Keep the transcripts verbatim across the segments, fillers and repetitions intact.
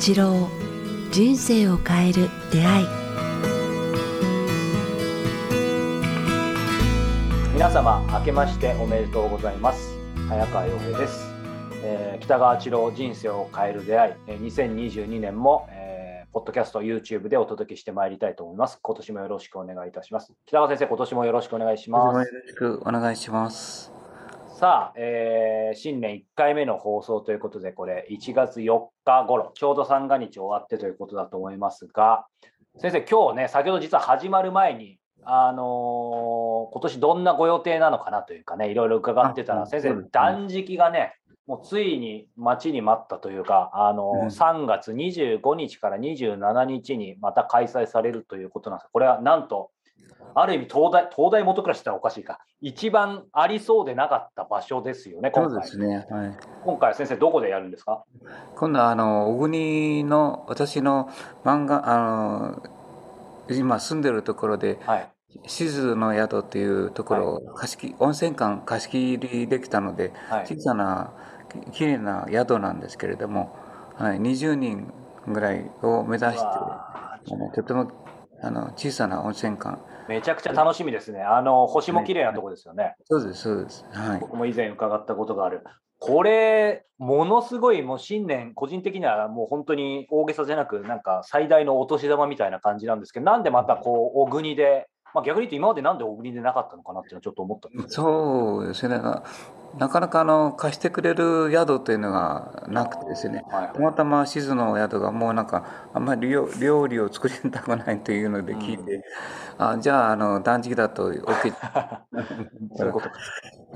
八郎、人生を変える出会い。 皆様明けましておめでとうございます。早川洋平です。えー、北川八郎、人生を変える出会い、えー、にせんにじゅうにねんも、えー、ポッドキャスト YouTube でお届けしてまいりたいと思います。今年もよろしくお願いいたします。北川先生、今年もよろしくお願いします。 よろしくお願いします。 さあ、えー、新年いっかいめの放送ということで、これいちがつよっか頃、ちょうど三が日終わってということだと思いますが、先生、今日ね、先ほど実は始まる前に、あのー、今年どんなご予定なのかなというかね、いろいろ伺ってたら、先生、断食がね、もうついに待ちに待ったというか、あのーうん、さんがつにじゅうごにちからにじゅうしちにちにまた開催されるということなんです。これはなんと、ある意味東大、東大元暮らしってのはおかしいか、一番ありそうでなかった場所ですよね、今回。 そうですね、はい、 今回、先生、どこでやるんですか？ 今度はあの小国の私の漫画、あの今住んでるところで、はい、静の宿というところを貸し切、はい、温泉館貸し切りできたので、はい、小さなきれいな宿なんですけれども、はい、にじゅうにんぐらいを目指して、あのとてもあの小さな温泉館。 めちゃくちゃ楽しみですね。あの星も綺麗なところですよね。はい、 そうですそうです、はい、 僕も以前伺ったことがある。これものすごい、もう新年個人的にはもう本当に大げさじゃなく、なんか最大のお年玉みたいな感じなんですけど、なんでまたこう小国で、まあ、逆に言うと今までなんで小国でなかったのかなっていうのはちょっと思ったんですけど。 そうですね、なかなかあの貸してくれる宿というのがなくてですね、はいはい、たまたま静の宿がもうなんかあんまり料理を作りたくないというので聞いて、うん、あじゃあ、あの断食だと OK そういうことか、 うん、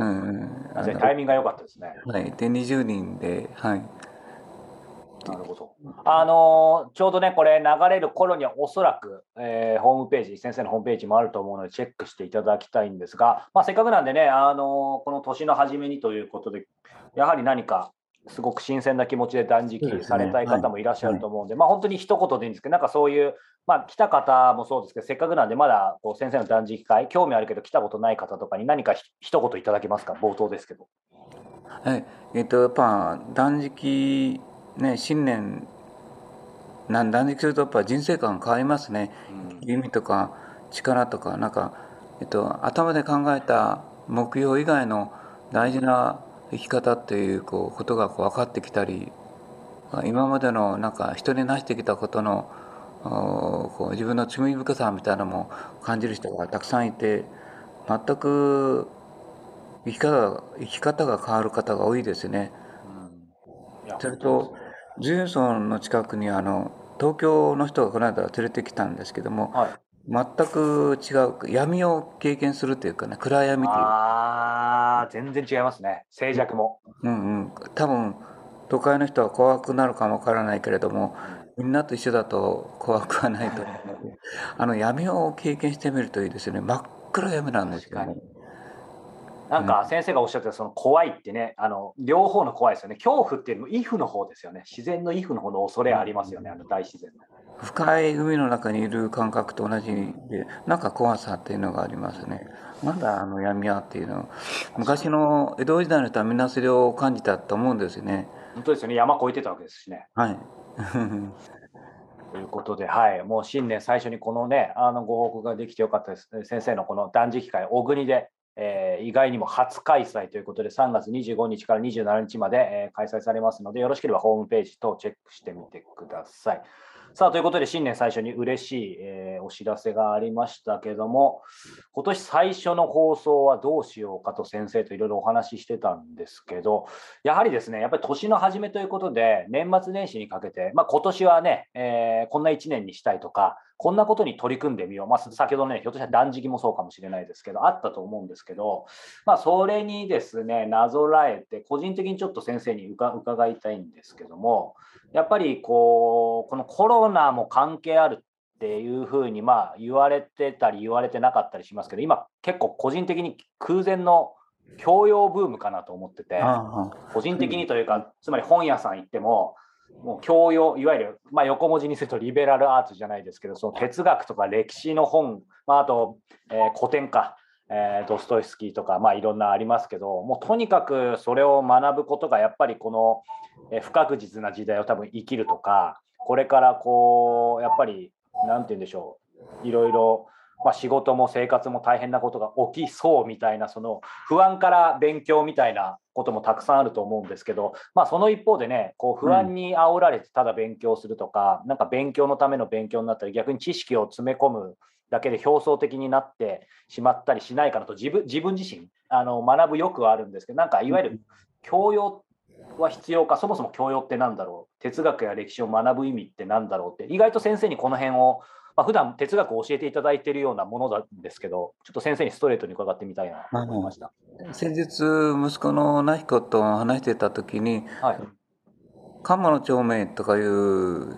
あタイミングが良かったですね。 はい、でにじゅうにんで、はい、 なるほど。あのー、ちょうどね、これ流れる頃にはおそらく、えー、ホームページ、先生のホームページもあると思うので、チェックしていただきたいんですが、まあ、せっかくなんでね、あのー、この年の初めにということで、やはり何かすごく新鮮な気持ちで断食されたい方もいらっしゃると思うんで、でね、はいはい、まあ、本当に一言でいいんですけど、なんかそういう、まあ、来た方もそうですけど、せっかくなんで、まだこう先生の断食会、興味あるけど来たことない方とかに何か一言いただけますか、冒頭ですけど。 はい、えっと、やっぱ断食、ね、新年、断食するとやっぱ人生観変わりますね。うん、意味とか力とか、なんか、えっと、頭で考えた目標以外の大事な生き方っていう、こうことがこう分かってきたり、今までのなんか人に成してきたことのこう自分の罪深さみたいなのも感じる人がたくさんいて、全く生き方生き方が変わる方が多いですね。うん、それとジュンソンの近くにあの東京の人がこの間連れてきたんですけども、はい、全く違う闇を経験するというかね、暗闇という。 ああ、全然違いますね、静寂も。 うんうん、多分都会の人は怖くなるかもわからないけれども、みんなと一緒だと怖くはないと思うのであの闇を経験してみるといいですよね。真っ暗闇なんですよね。 なんか先生がおっしゃってたその怖いってね、あの両方の怖いですよね。恐怖っていうのもイフの方ですよね。自然のイフの方の恐れありますよね、あの大自然の。 深い海の中にいる感覚と同じで、なんか怖さっていうのがありますね。なんだあの闇はっていうの。昔の江戸時代の人はみんなそれを感じたと思うんですよね。 本当ですよね。山越えてたわけですしね。 はい。 ということで、はい、もう新年最初にこのね、あのご報告ができてよかったです。先生のこの断食会、小国で、えー、意外にも初開催ということで、さんがつにじゅうごにちからにじゅうしちにちまで、えー、開催されますので、よろしければホームページ等チェックしてみてください。さあ、ということで、新年最初に嬉しい、えー、お知らせがありましたけども、今年最初の放送はどうしようかと先生といろいろお話ししてたんですけど、やはりですね、やっぱり年の初めということで、年末年始にかけて、まあ、今年はね、えー、こんないちねんにしたいとか、こんなことに取り組んでみよう。まあ、先ほどね、ひょっとしたら断食もそうかもしれないですけど、あったと思うんですけど、まあ、それにですね、なぞらえて、個人的にちょっと先生に伺いたいんですけども、やっぱりこう、このコロナも関係あるっていうふうにまあ言われてたり言われてなかったりしますけど、今結構個人的に空前の教養ブームかなと思ってて、個人的にというか、つまり本屋さん行っても、もう教養、いわゆる、まあ、横文字にするとリベラルアーツじゃないですけど、その哲学とか歴史の本、まあ、あと、えー、古典か、えー、ドストエフスキーとか、まあ、いろんなありますけど、もうとにかくそれを学ぶことがやっぱりこの、えー、不確実な時代を多分生きるとか、 これからこうやっぱりなんて言うんでしょう、いろいろ、まあ、仕事も生活も大変なことが起きそうみたいな、その不安から勉強みたいなこともたくさんあると思うんですけど、まあ、その一方でね、こう不安に煽られてただ勉強するとか、なんか勉強のための勉強になったり、逆に知識を詰め込むだけで表層的になってしまったりしないかなと、自分自分自身あの学ぶよくはあるんですけど、なんかいわゆる教養は必要か、そもそも教養ってなんだろう、哲学や歴史を学ぶ意味ってなんだろうって、意外と先生にこの辺を、まあ、普段哲学を教えていただいているようなものなんですけど、ちょっと先生にストレートに伺ってみたいなと思いました。 先日息子のなひこと話してた時に、 はい、 鴨の長命とかいう、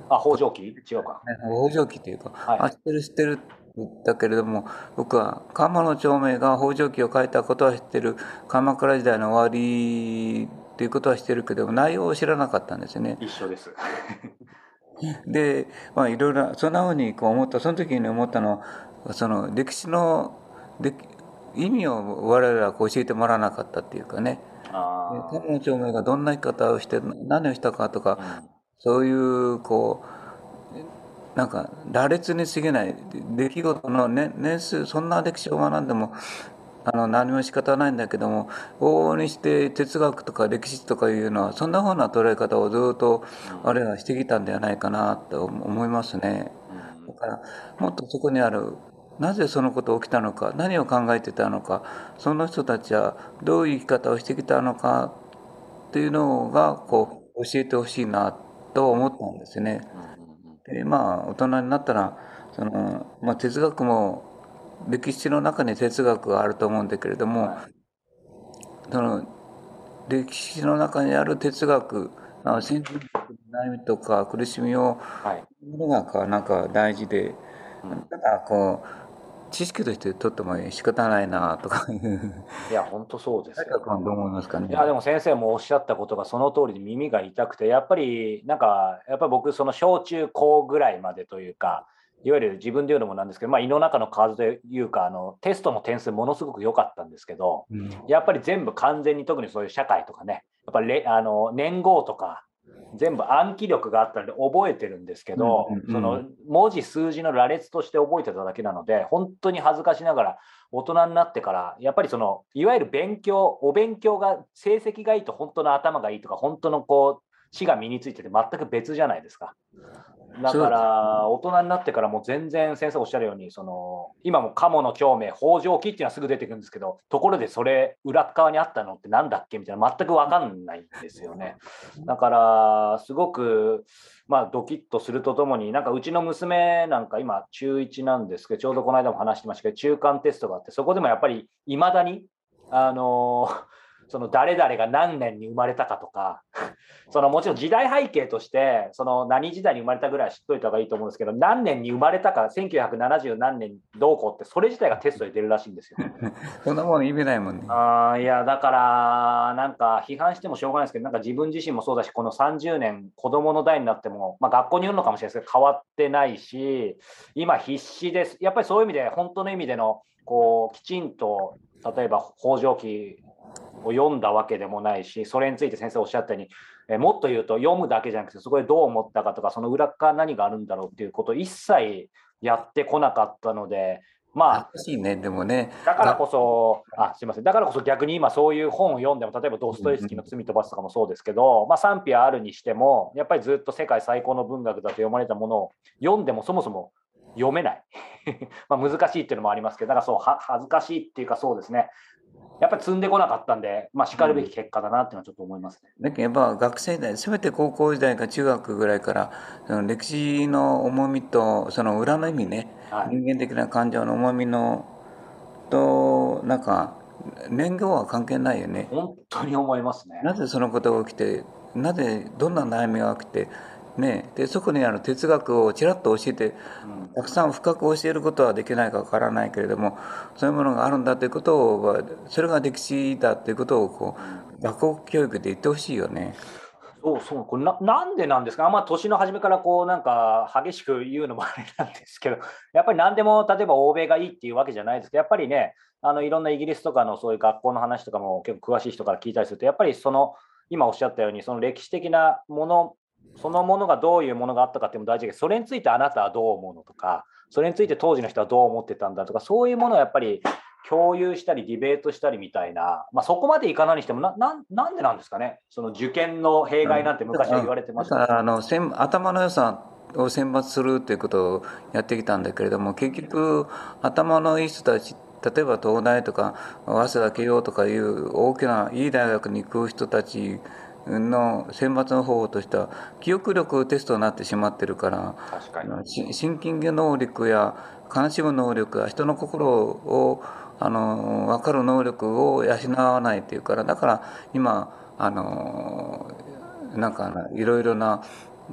あ、北条記違うか。 北条記っていうか、 はい、 あ、知ってる知ってるって言ったけれども、僕は鴨の長命が北条記を書いたことは知ってる、鎌倉時代の終わりっていうことは知ってるけど、内容を知らなかったんですよね。 一緒です。 で、まあいろいろ、そんな風にこう思った、その時に思ったのは、その歴史ので意味を我々はこう教えてもらわなかったっていうかね。 あ鴨の長命がどんな生き方をして、何をしたかとか、 うん、 そういう、こう、なんか、羅列に過ぎない出来事の年、年数、そんな歴史を学んでも、あの、何も仕方ないんだけども、往々にして哲学とか歴史とかいうのは、そんな風な捉え方をずっと、あれはしてきたんではないかなと思いますね。だから、もっとそこにある、なぜそのこと起きたのか、何を考えてたのか、その人たちはどういう生き方をしてきたのかっていうのが、こう、教えてほしいなと思ったんですね。で、まあ、大人になったら、その、まあ、哲学も、歴史の中に哲学があると思うんだけれども、 はい、 その、歴史の中にある哲学、あ先人の悩みとか苦しみを、 はい、 ものがなんか大事で、 うん、 ただこう、知識としてとっても仕方ないなとかいう。 いや、本当そうです大よ。 学はどう思いますかね。 いや、でも先生もおっしゃったことがその通りで耳が痛くて、やっぱり、なんか、やっぱり僕、その小中高ぐらいまでというか、いわゆる自分で言うのもなんですけど、まあ、胃の中の数というか、あのテストの点数ものすごく良かったんですけど、 うん、 やっぱり全部完全に、特にそういう社会とかね、やっぱりあの年号とか、全部暗記力があったので覚えてるんですけうん、 ど、 うん、 その文字数字の羅列として覚えてただけなので、本当に恥ずかしながら大人になってから、やっぱりそのいわゆる勉強、お勉強が成績がいいと本当の頭がいいとか、本当のこう知が身についてて全く別じゃないですか。だかそうです。 ら大人になってからもう全然先生おっしゃるように、その今も鴨の長命北条記っていうのはすぐ出てくるんですけど、ところでそれ裏側にあったのってなんだっけみたいな、全く分かんないんですよね。だからすごくまあドキッとするとともに、なんかうちの娘なんか今中いちなんですけど、ちょうどこの間も話してましたけど、中間テストがあって、そこでもやっぱりいまだにあのその誰々が何年に生まれたかとか、そのもちろん時代背景としてその何時代に生まれたぐらい知っといた方がいいと思うんですけど、何年に生まれたか、せんきゅうひゃくななじゅう何年どうこうって、それ自体がテストで出るらしいんですよ。 そんなもん意味ないもんね。 あいやだからなんか批判してもしょうがないですけど、なんか自分自身もそうだし、このさんじゅうねん子どもの代になっても、まあ、学校によるのかもしれないですけど変わってないし、今必死です。やっぱりそういう意味で本当の意味でのこうきちんと、例えば北条記を読んだわけでもないし、それについて先生おっしゃったように、えーもっと言うと読むだけじゃなくて、そこでどう思ったかとか、その裏側何があるんだろうっていうことを一切やってこなかったので、まあ難しいね、でもね。 だからこが、 そ、あ、すみません。だからこそ逆に今そういう本を読んでも、例えばドストエフスキーの罪と罰とかもそうですけど、まあ賛否はあるにしても、やっぱりずっと世界最高の文学だと読まれたものを読んでもそもそも読めない。まあ難しいっていうのもありますけど、だからそうは恥ずかしいっていうかそうですね。やっぱり積んでこなかったんで、まあ叱るべき結果だなっていうのはちょっと思いますね。 だけどやっぱ学生時代、せめて高校時代か中学ぐらいから、その歴史の重みと、その裏の意味ね、 はい。 人間的な感情の重みの、と、なんか、年号は関係ないよね。 本当に思いますね。 なぜそのことが起きて、なぜ、どんな悩みが起きて、ね、で、そこにある哲学をちらっと教えて、 うん。 たくさん深く教えることはできないかわからないけれども、そういうものがあるんだということを、それが歴史だということを、こうん、 う、学校教育で言ってほしいよね。 そうそう、これな、なんでなんですか、あんま年の初めからこう、なんか激しく言うのもあれなんですけど、やっぱり何でも、例えば欧米がいいっていうわけじゃないですけど、やっぱりね、あのいろんなイギリスとかのそういう学校の話とかも結構詳しい人から聞いたりすると、やっぱりその、今おっしゃったように、その歴史的なものそのものがどういうものがあったかっていうのも大事だけど、それについてあなたはどう思うのとか、それについて当時の人はどう思ってたんだとか、そういうものをやっぱり共有したりディベートしたりみたいな、まあ、そこまでいかないにしてもな、ななんでなんですかね、その受験の弊害なんて昔は言われてましたけど、 だからあの選頭の良さを選抜するということをやってきたんだけれども、結局頭のいい人たち、例えば東大とか早稲田慶応とかいう大きないい大学に行く人たちの選抜の方法としては記憶力テストになってしまってるから、 確かにしシンキング能力や悲しむ能力や人の心をあの分かる能力を養わないっていうから、だから今あのなんかいろいろな、うん、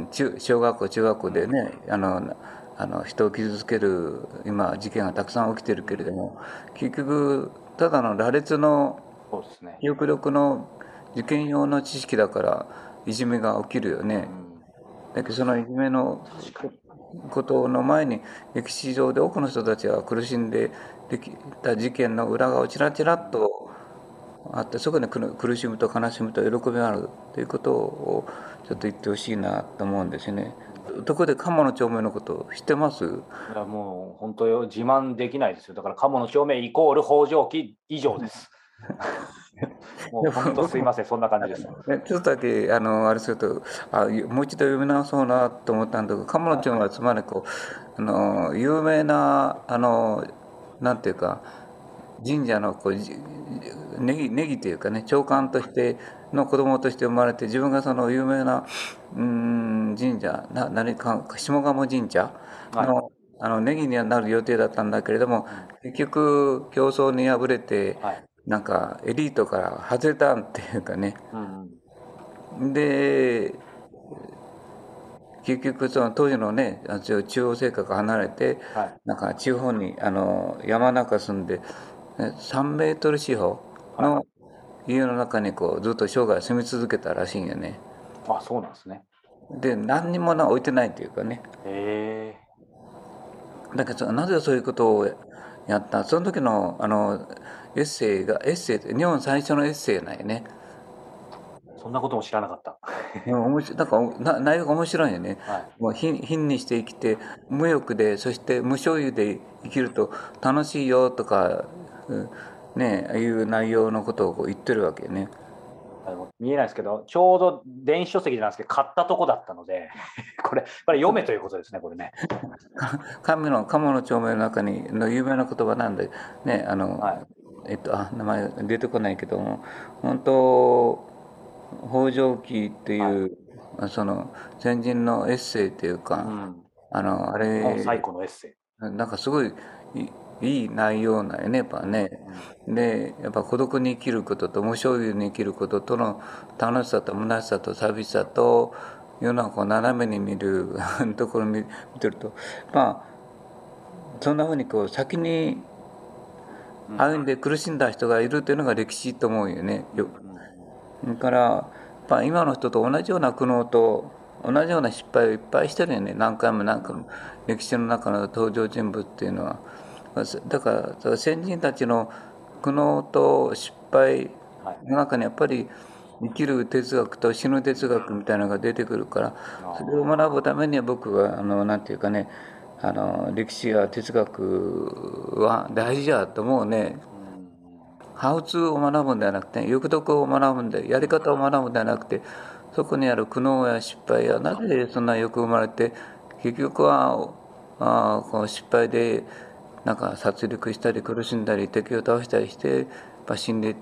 中小学校中学校でね、あのあの人を傷つける今事件がたくさん起きてるけれども、結局ただの羅列のそうですね。 記憶力の受験用の知識だからいじめが起きるよね。だけどそのいじめの確かに。 ことの前に歴史上で多くの人たちが苦しんでできた事件の裏側をちらちらっとあって、そこに苦苦しむと悲しむと喜びがあるということをちょっと言ってほしいなと思うんですよね。ところで鴨の町名のこと知ってます？ いやもう本当よ自慢できないですよ。だから鴨の町名イコール北条記以上です。もう本当すいません、そんな感じです。 ねちょっとだけあのあれするとあもう一度読み直そうなと思ったんだけど、鴨の町名はつまりこうあの有名なあのなんていうか神社のこうじネギネギというかね、長官としての子供として生まれて、自分がその有名なうーん神社な何か下鴨神社はい。 のあのネギにはなる予定だったんだけれども、結局競争に敗れてはい。 なんかエリートから外れたっていうかね。 うんで結局その当時のねあの中央生活が離れて、 はい。 なんか地方にあの山の中住んで、ねさんメートル四方はい。 の家の中にこうずっと生涯住み続けたらしいんよね。 あ、そうなんですね。 で何にもな置いてないっていうかね。 へえ。 だけどなぜそういうことをやった、その時のあのエッセイがエッセイって日本最初のエッセイなんよね。 そんなことも知らなかった。 うん面白いなんかな内容が面白いよね。 はい。 もう貧貧にして生きて無欲で、そして無所有で生きると楽しいよとか、うんねいう内容のことをこう言ってるわけね。 あの見えないですけど、ちょうど電子書籍じゃないですけど、買ったとこだったので、これ、これ読めということですね、これね。 神の鴨の町名の中にの有名な言葉なんでね、あの、 はい。 えっとあ名前出てこないけども、本当北条記ってはい。 いうその先人のエッセイっていううか、 ん。 あのあ日本最れ古のエッセイ。 なんかすごいいいい内容なんよね、やっぱね。 うん。 で、やっぱ孤独に生きることと無所有に生きることとの楽しさと虚しさと寂しさと世の中を斜めに見るところを見見てると、まあそんなふうにこう先にうん。 歩んで苦しんだ人がいるというのが歴史と思うよね。ようんうんだからやっぱ今の人と同じような苦悩と同じような失敗をいっぱいしてるよね。何回も何回も歴史の中の登場人物っていうのは。だから先人たちの苦悩と失敗はい。 の中にやっぱり生きる哲学と死ぬ哲学みたいなのが出てくるから、 あそれを学ぶためには僕はあのなんていうかね、あの歴史や哲学は大事だと思うね。 ーうんハウツーを学ぶんではなくて、欲読を学ぶんで、やり方を学ぶんではなくて、そこにある苦悩や失敗や、なぜそんな欲生まれて、結局はあこの失敗でなんか殺戮したり苦しんだり敵を倒したりして、やっぱ死んでいって、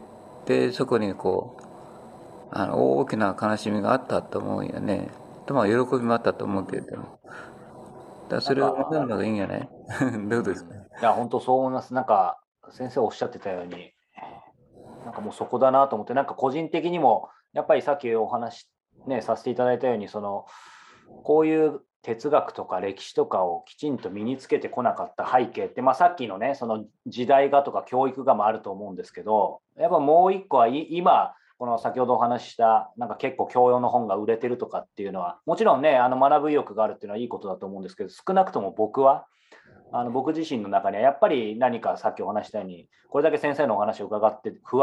そこにこうあの大きな悲しみがあったと思うよね。とまあ喜びもあったと思うけれども、だからなんそれを学ぶか、 のがいいんじゃない？どうですか？ うん、いや、本当そう思います。なんか、先生おっしゃってたように、なんかもうそこだなと思って、なんか個人的にも、やっぱりさっきお話、ね、させていただいたように、その、こういう哲学とか歴史とかをきちんと身につけてこなかった背景って、まあ、さっきのね、その時代がとか教育がもあると思うんですけど、やっぱもう一個はい今、この先ほどお話しした、なんか結構教養の本が売れてるとかっていうのは、もちろんね、あの学ぶ意欲があるっていうのはいいことだと思うんですけど、少なくとも僕は、あの僕自身の中にはやっぱり何かさっきお話したように、これだけ先生のお話を伺って不安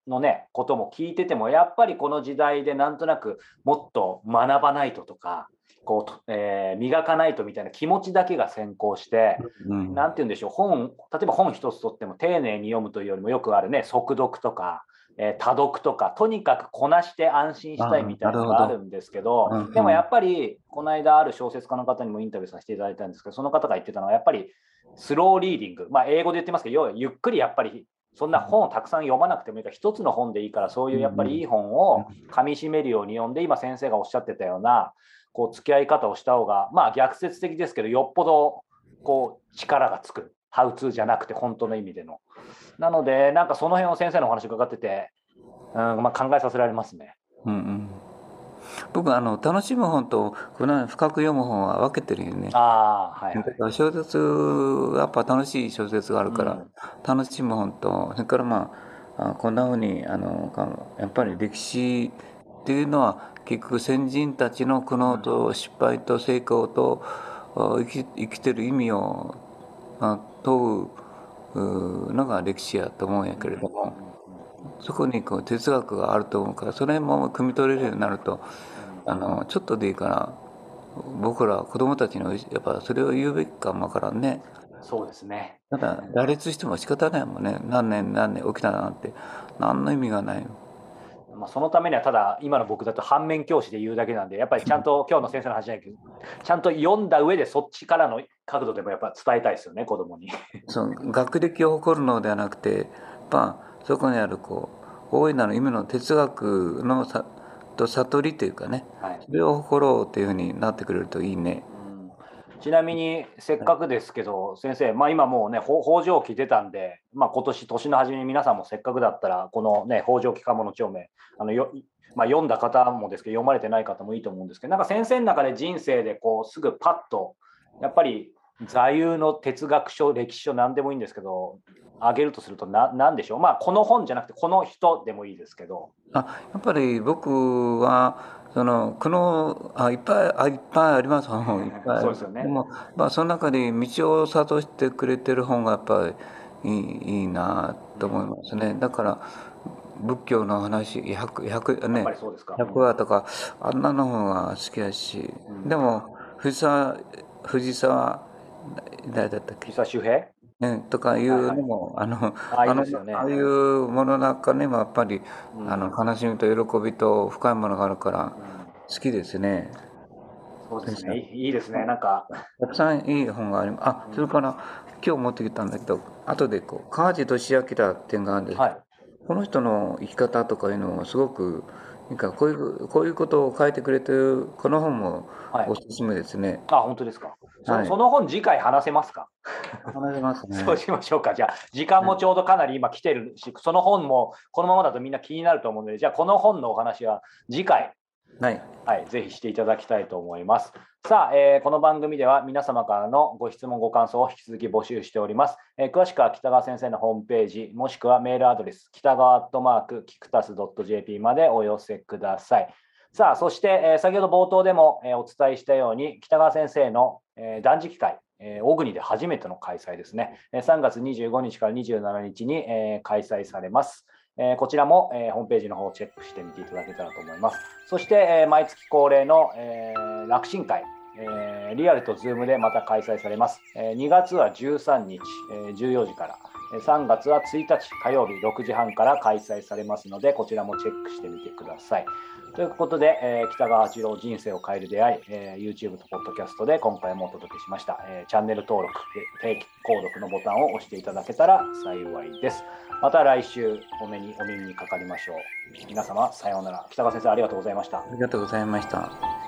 のねことも聞いてても、やっぱりこの時代でなんとなくもっと学ばないととか、こう、えー磨かないとみたいな気持ちだけが先行して、 うん、 なんて言うんでしょう、本、例えば本一つとっても丁寧に読むというよりも、よくあるね、速読とか、えー多読とか、とにかくこなして安心したいみたいなのがあるんですけど、 うんうん、 でもやっぱり、この間ある小説家の方にもインタビューさせていただいたんですけど、その方が言ってたのは、やっぱりスローリーディング、まあ、英語で言ってますけど、要はゆっくりやっぱり、そんな本をたくさん読まなくてもいいから、一つの本でいいから、そういうやっぱりいい本を噛みしめるように読んで、今先生がおっしゃってたような、こう付き合い方をした方が、まあ逆説的ですけど、よっぽどこう力がつく。ハウツーじゃなくて、本当の意味での。なので、なんかその辺を先生のお話伺ってて、うん、まあ、考えさせられますね。 うんうん、僕あの楽しむ本とこの深く読む本は分けてるよね。 ああ、はいはい。 だから小説やっぱ楽しい小説があるから、 うん、 楽しむ本と、それからまああこんなふうにあのやっぱり歴史っていうのは結局先人たちの苦悩と失敗と成功と生き、生きてる意味を問うのが歴史やと思うんやけれども、そこにこう哲学があると思うから、それも汲み取れるようになると、あのちょっとでいいから僕ら子供たちにやっぱそれを言うべきかもわからんね。 そうですね。 ただ羅列しても仕方ないもんね。何年何年起きたなんて何の意味がない。 まあ、そのためにはただ今の僕だと反面教師で言うだけなんで、やっぱりちゃんと今日の先生の話じゃないけど、ちゃんと読んだ上でそっちからの角度でもやっぱ伝えたいですよね、子供に。 その学歴を誇るのではなくて、やっぱそこにあるこう大いなる意味の哲学のさと悟りというかね、 はい、 それを誇ろうというふうになってくれるといいね。 うん、ちなみにせっかくですけど先生、まあ、今もうね北条記出たんで、まあ、今年年の初めに皆さんもせっかくだったらこのね北条記家物帳面あのよ、まあ、読んだ方もですけど読まれてない方もいいと思うんですけど、なんか先生の中で人生でこうすぐパッとやっぱり座右の哲学書歴史書何でもいいんですけどあげるとするとな何でしょう。まあこの本じゃなくてこの人でもいいですけど。 あやっぱり僕はそのこのあいっぱいあいっぱいあります本いっぱいそうですよね。 でも、まあ、その中で道を諭してくれてる本がやっぱりいい、いいなと思いますね。だから仏教の話百百ね百話とかあんなの方が好きやし、うん、でも藤沢藤沢誰だったっけ、 藤沢周平ね、とかいうのも、はいはい、あの、あの、 ね、 ああいうものの中にもやっぱり、うん、あの悲しみと喜びと深いものがあるから好きですね。 うん、そうですね。いいですね。なんかたくさんいい本があります。あ、それから今日持ってきたんだけど、後でこう川地俊明っていうのがあるんですけど、はい、この人の生き方とかいうのはすごくなんかこういうこういうことを書いてくれてるこの本もおすすめですね。 はい、あ、本当ですか。そ, はい、その本次回話せますか？ 話せますね。 そうしましょうか。じゃあ時間もちょうどかなり今来てるし、その本もこのままだとみんな気になると思うので、じゃあこの本のお話は次回、 はいはい、ぜひしていただきたいと思います。さあ、えー、この番組では皆様からのご質問ご感想を引き続き募集しております。えー、詳しくは北川先生のホームページもしくはメールアドレス北川アットマークキクタスドット ジェーピー までお寄せください。さあ、そして、えー、先ほど冒頭でも、えー、お伝えしたように北川先生の、えー、断食会、えー、小国で初めての開催ですね。さんがつにじゅうごにちからにじゅうしちにちに、えー、開催されます。えー、こちらも、えー、ホームページの方をチェックしてみていただけたらと思います。そして、えー、毎月恒例の、えー、楽神会、えー、リアルとズームでまた開催されます。えー、にがつはじゅうさんにち、えー、じゅうよじから、さんがつはついたち火曜日ろくじはんから開催されますので、こちらもチェックしてみてください。ということで、えー、北川八郎人生を変える出会い、えー、YouTube と Podcast で今回もお届けしました。えー、チャンネル登録、定期購読のボタンを押していただけたら幸いです。また来週お目にお耳にかかりましょう。皆様さようなら。北川先生ありがとうございました。 ありがとうございました。